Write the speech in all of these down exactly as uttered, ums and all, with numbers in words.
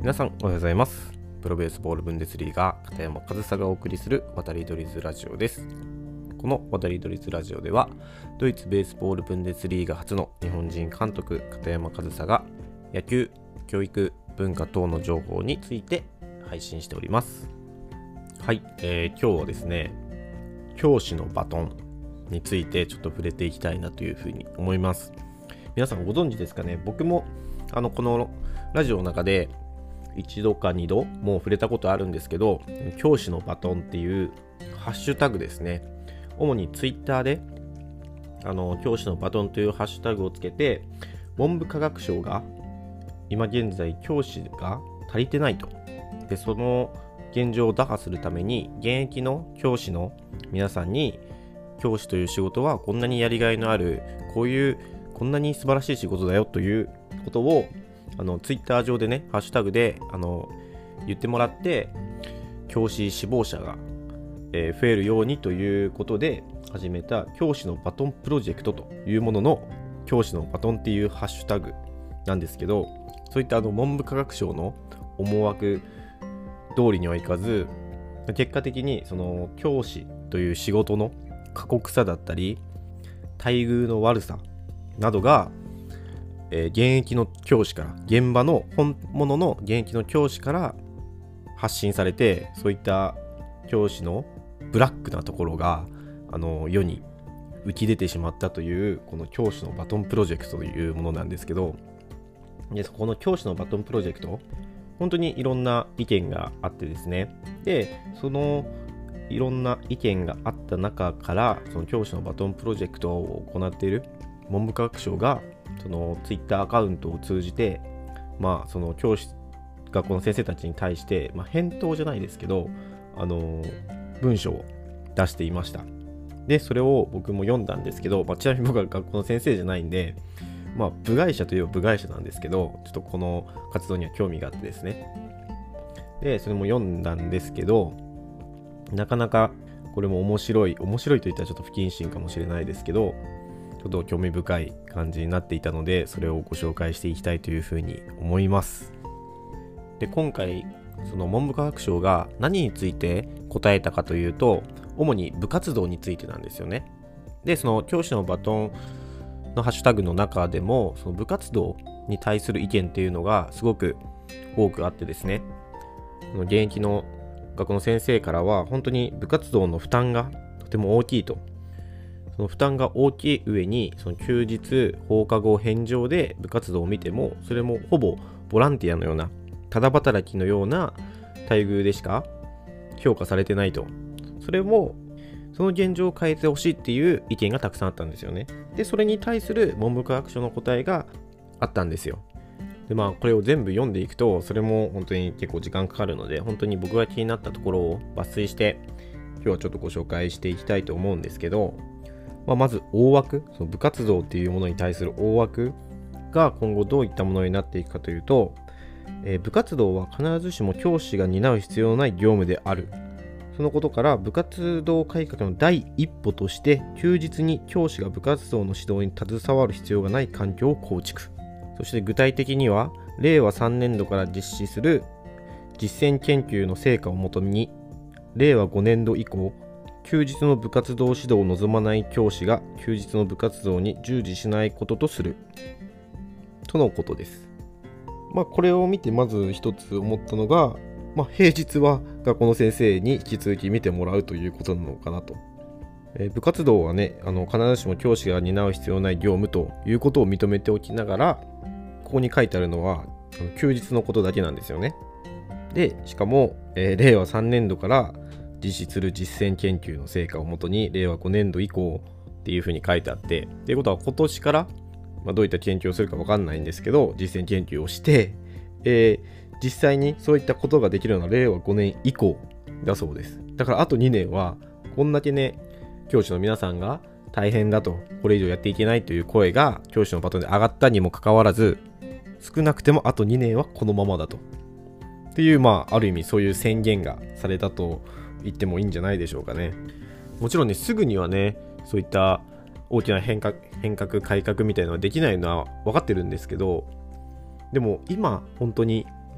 皆さんおはようございます。プロベースボールブンデスリーガー片山和沙がお送りする渡りドリズラジオです。この渡りドリズラジオではドイツベースボールブンデスリーガ初の日本人監督片山和沙が野球、教育、文化等の情報について配信しております。はい、えー、今日はですね、教師のバトンについてちょっと触れていきたいなというふうに思います。皆さんご存知ですかね。僕もあのこのラジオの中で一度か二度もう触れたことあるんですけど、教師のバトンっていうハッシュタグですね、主にツイッターであの教師のバトンというハッシュタグをつけて、文部科学省が今現在教師が足りてないと、でその現状を打破するために現役の教師の皆さんに、教師という仕事はこんなにやりがいのある、こういうこんなに素晴らしい仕事だよということをあのツイッター上でね、ハッシュタグであの言ってもらって、教師志望者が、えー、増えるようにということで始めた教師のバトンプロジェクトというものの、教師のバトンっていうハッシュタグなんですけど、そういったあの文部科学省の思惑通りにはいかず、結果的にその教師という仕事の過酷さだったり待遇の悪さなどが、えー、現役の教師から、現場の本物の現役の教師から発信されて、そういった教師のブラックなところがあの世に浮き出てしまったという、この教師のバトンプロジェクトというものなんですけど、でこの教師のバトンプロジェクト、本当にいろんな意見があってですね、でそのいろんな意見があった中から、その教師のバトンプロジェクトを行っている文部科学省がそのツイッターアカウントを通じて、まあその教師学校の先生たちに対して、まあ、返答じゃないですけど、あの文章を出していました。でそれを僕も読んだんですけど、まあ、ちなみに僕は学校の先生じゃないんで、まあ部外者といえば部外者なんですけど、ちょっとこの活動には興味があってですね、でそれも読んだんですけど、なかなかこれも面白い面白いといったらちょっと不謹慎かもしれないですけど、ちょっと興味深い感じになっていたので、それをご紹介していきたいというふうに思います。で今回その文部科学省が何について答えたかというと、主に部活動についてなんですよね。でその教師のバトンのハッシュタグの中でも、その部活動に対する意見っていうのがすごく多くあってですね、現役の学校の先生からは本当に部活動の負担がとても大きいと、その負担が大きい上に、その休日放課後返上で部活動を見ても、それもほぼボランティアのような、ただ働きのような待遇でしか評価されてないと、それもその現状を変えてほしいっていう意見がたくさんあったんですよね。でそれに対する文部科学省の答えがあったんですよ。でまあこれを全部読んでいくと、それも本当に結構時間かかるので、本当に僕が気になったところを抜粋して今日はちょっとご紹介していきたいと思うんですけど、まあ、まず大枠、その部活動っていうものに対する大枠が今後どういったものになっていくかというと、えー、部活動は必ずしも教師が担う必要のない業務である。そのことから部活動改革の第一歩として、休日に教師が部活動の指導に携わる必要がない環境を構築。そして具体的には、れいわさんねんどから実施する実践研究の成果をもとに、れいわごねんど以降、休日の部活動指導を望まない教師が休日の部活動に従事しないこととするとのことです。まあこれを見てまず一つ思ったのが、まあ、平日は学校の先生に引き続き見てもらうということなのかなと。えー、部活動はね、あの必ずしも教師が担う必要ない業務ということを認めておきながら、ここに書いてあるのは休日のことだけなんですよね。でしかも、えー、れいわさんねんどから実施する実践研究の成果をもとにれいわごねんど以降っていうふうに書いてあって、っていうことは今年から、まあ、どういった研究をするか分かんないんですけど、実践研究をして、えー実際にそういったことができるのはれいわごねん以降だそうです。だからあとにねんはこんだけね、教師の皆さんが大変だと、これ以上やっていけないという声が教師のバトンで上がったにもかかわらず、少なくてもあとにねんはこのままだとっていう、まあある意味そういう宣言がされたと言ってもいいんじゃないでしょうかね。もちろんね、すぐにはね、そういった大きな変革変革改革みたいなのはできないのは分かってるんですけど、でも今本当に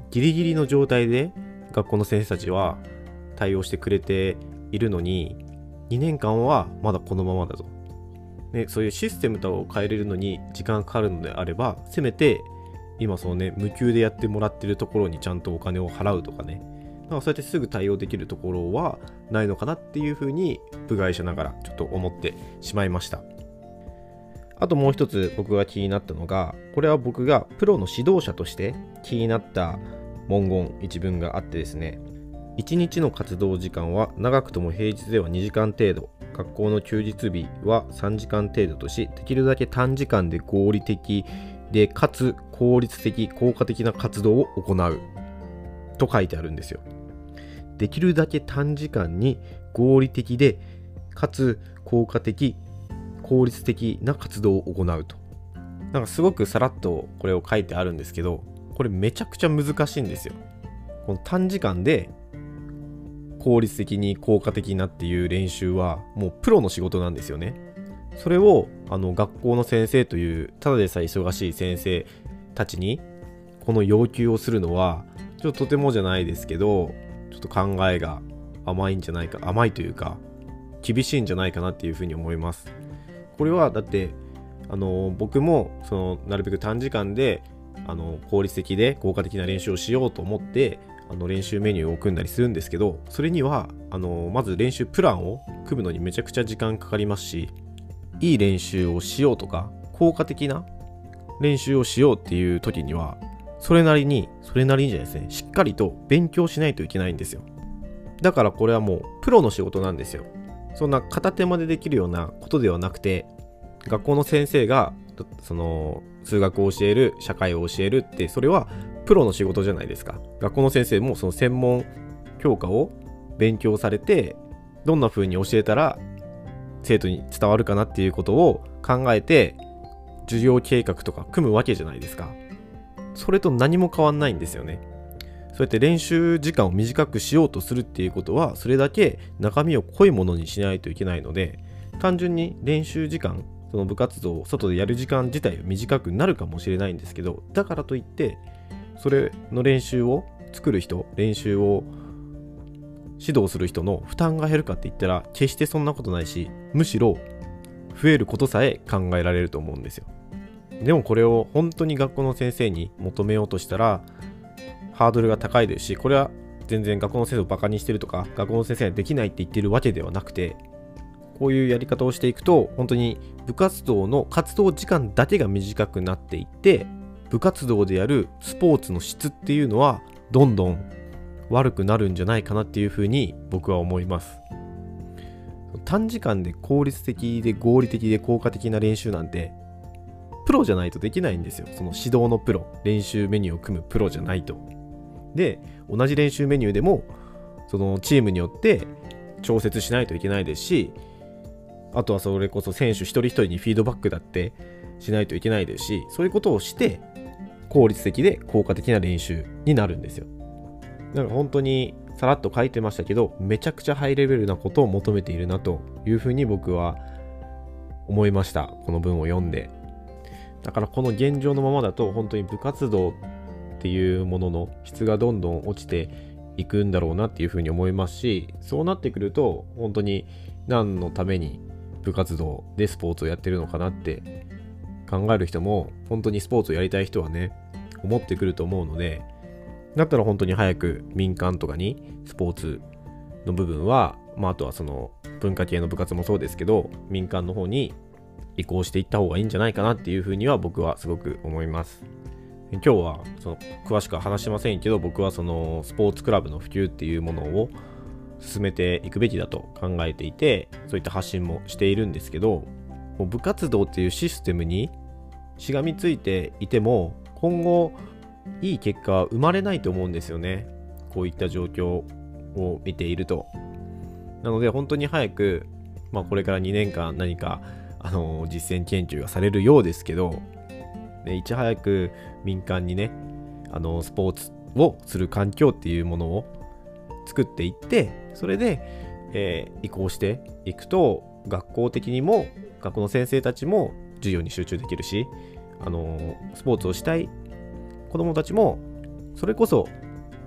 ギリギリの状態で学校の先生たちは対応してくれているのに、にねんかんはまだこのままだと。ね、そういうシステムを変えれるのに時間かかるのであれば、せめて今そのね、無給でやってもらってるところにちゃんとお金を払うとかね、なんかそうやってすぐ対応できるところはないのかなっていうふうに部外者ながらちょっと思ってしまいました。あともう一つ僕が気になったのが、これは僕がプロの指導者として気になった文言一文があってですね、いちにちの活動時間は長くとも平日ではにじかん程度、学校の休日日はさんじかん程度とし、できるだけ短時間で合理的でかつ効率的効果的な活動を行うと書いてあるんですよ。できるだけ短時間に合理的でかつ効果的効率的な活動を行うと。なんかすごくさらっとこれを書いてあるんですけど、これめちゃくちゃ難しいんですよ。この短時間で効率的に効果的なっていう練習はもうプロの仕事なんですよね。それをあの学校の先生というただでさえ忙しい先生たちにこの要求をするのはちょっととてもじゃないですけど、ちょっと考えが甘いんじゃないか、甘いというか厳しいんじゃないかなっていうふうに思います。これはだってあの僕もそのなるべく短時間であの効率的で効果的な練習をしようと思ってあの練習メニューを組んだりするんですけど、それにはあのまず練習プランを組むのにめちゃくちゃ時間かかりますし、いい練習をしようとか効果的な練習をしようっていう時にはそれなりにそれなりにじゃないですね、しっかりと勉強しないといけないんですよ。だからこれはもうプロの仕事なんですよ。そんな片手間でできるようなことではなくて、学校の先生がその数学を教える、社会を教えるって、それはプロの仕事じゃないですか。学校の先生もその専門教科を勉強されて、どんな風に教えたら生徒に伝わるかなっていうことを考えて授業計画とか組むわけじゃないですか。それと何も変わんないんですよね。そうやって練習時間を短くしようとするっていうことは、それだけ中身を濃いものにしないといけないので、単純に練習時間、その部活動を外でやる時間自体は短くなるかもしれないんですけど、だからといってそれの練習を作る人、練習を指導する人の負担が減るかって言ったら決してそんなことないし、むしろ増えることさえ考えられると思うんですよ。でもこれを本当に学校の先生に求めようとしたらハードルが高いですし、これは全然学校の先生をバカにしてるとか学校の先生ができないって言ってるわけではなくて、こういうやり方をしていくと本当に部活動の活動時間だけが短くなっていって、部活動でやるスポーツの質っていうのはどんどん悪くなるんじゃないかなっていうふうに僕は思います。短時間で効率的で合理的で効果的な練習なんてプロじゃないとできないんですよ。その指導のプロ、練習メニューを組むプロじゃないと。で、同じ練習メニューでもそのチームによって調節しないといけないですし、あとはそれこそ選手一人一人にフィードバックだってしないといけないですし、そういうことをして効率的で効果的な練習になるんですよ。だから本当にさらっと書いてましたけど、めちゃくちゃハイレベルなことを求めているなというふうに僕は思いました、この文を読んで。だからこの現状のままだと本当に部活動っていうものの質がどんどん落ちていくんだろうなっていうふうに思いますし、そうなってくると本当に何のために部活動でスポーツをやってるのかなって考える人も、本当にスポーツをやりたい人はね思ってくると思うので、だったら本当に早く民間とかにスポーツの部分は、まあ、あとはその文化系の部活もそうですけど、民間の方に移行していった方がいいんじゃないかなっていうふうには僕はすごく思います。今日はその詳しくは話しませんけど、僕はそのスポーツクラブの普及っていうものを進めていくべきだと考えていて、そういった発信もしているんですけど、もう部活動っていうシステムにしがみついていても今後いい結果は生まれないと思うんですよね。こういった状況を見ていると。なので本当に早く、まあ、これからにねんかん何かあの実践研究がされるようですけど、でいち早く民間にねあのスポーツをする環境っていうものを作っていって、それで、えー、移行していくと学校的にも学校の先生たちも授業に集中できるし、あのスポーツをしたい子どもたちもそれこそ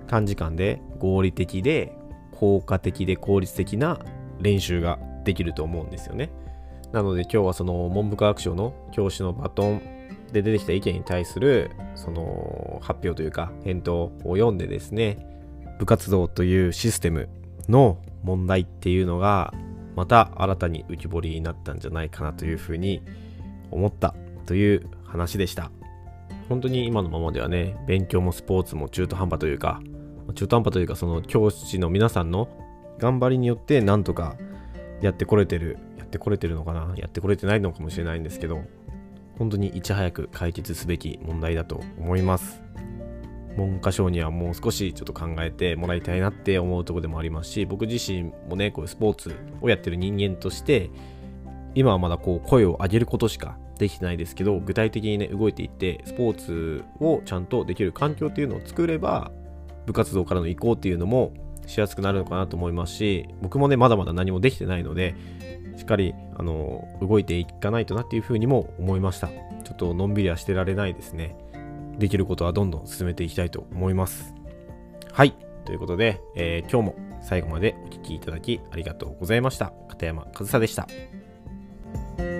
短時間で合理的で効果的で効率的な練習ができると思うんですよね。なので今日はその文部科学省の教師のバトンで出てきた意見に対するその発表というか返答を読んでですね、部活動というシステムの問題っていうのがまた新たに浮き彫りになったんじゃないかなというふうに思ったという話でした。本当に今のままではね、勉強もスポーツも中途半端というか中途半端というかその教師の皆さんの頑張りによってなんとかやってこれてるやってこれてるのかなやってこれてないのかもしれないんですけど、本当にいち早く解決すべき問題だと思います。文科省にはもう少しちょっと考えてもらいたいなって思うところでもありますし、僕自身もねこういうスポーツをやってる人間として今はまだこう声を上げることしかできてないですけど、具体的にね動いていってスポーツをちゃんとできる環境っていうのを作れば部活動からの移行っていうのもしやすくなるのかなと思いますし、僕もねまだまだ何もできてないのでしっかりあの動いていかないとなっていうふうにも思いました。ちょっとのんびりはしてられないですね。できることはどんどん進めていきたいと思います。はい、ということで、えー、今日も最後までお聞きいただきありがとうございました。片山和沙でした。